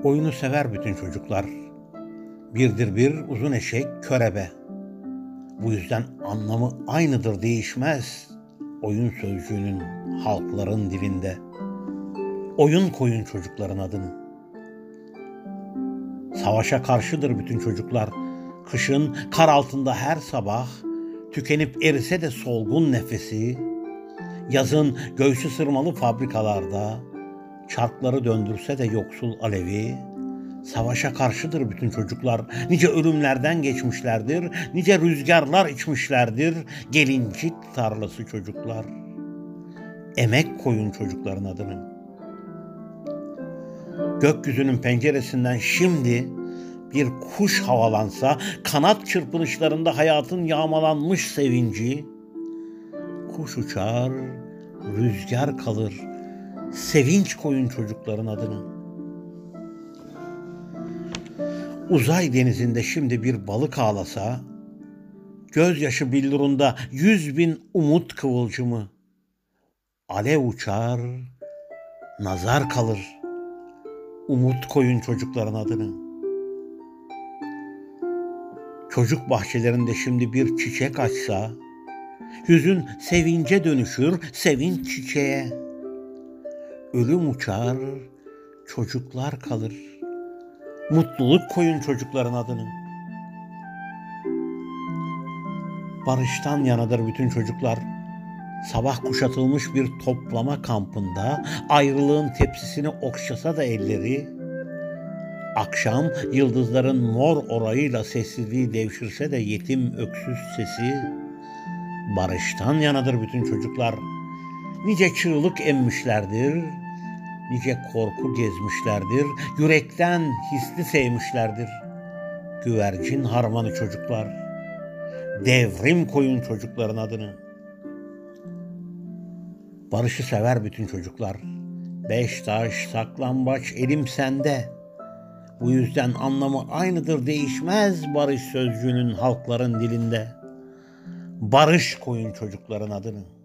Oyunu sever bütün çocuklar. Birdir bir uzun eşek körebe. Bu yüzden anlamı aynıdır, değişmez. Oyun sözcüğünün halkların dilinde. Oyun koyun çocukların adını. Savaşa karşıdır bütün çocuklar. Kışın kar altında her sabah tükenip erise de solgun nefesi, yazın göğsü sırmalı fabrikalarda çarkları döndürse de yoksul alevi, savaşa karşıdır bütün çocuklar. Nice ölümlerden geçmişlerdir, nice rüzgarlar içmişlerdir. Gelincik tarlası çocuklar. Emek koyun çocukların adını. Gökyüzünün penceresinden şimdi bir kuş havalansa, kanat çırpınışlarında hayatın yağmalanmış sevinci, kuş uçar, rüzgar kalır, sevinç koyun çocukların adını. Uzay denizinde şimdi bir balık ağlasa, gözyaşı billurunda 100.000 umut kıvılcımı, alev uçar, nazar kalır, umut koyun çocukların adını. Çocuk bahçelerinde şimdi bir çiçek açsa, hüzün sevince dönüşür, sevinç çiçeğe. Ölüm uçar, çocuklar kalır. Mutluluk koyun çocukların adını. Barıştan yanadır bütün çocuklar. Sabah kuşatılmış bir toplama kampında ayrılığın tepsisini okşasa da elleri, akşam yıldızların mor orayıyla sessizliği devşirse de yetim öksüz sesi, barıştan yanadır bütün çocuklar. Nice çığlık emmişlerdir, nice korku gezmişlerdir, yürekten hisli sevmişlerdir. Güvercin harmanı çocuklar, devrim koyun çocukların adını. Barışı sever bütün çocuklar. Beş taş, saklambaç, elim sende. Bu yüzden anlamı aynıdır, değişmez barış sözcüğünün halkların dilinde. Barış koyun çocukların adını.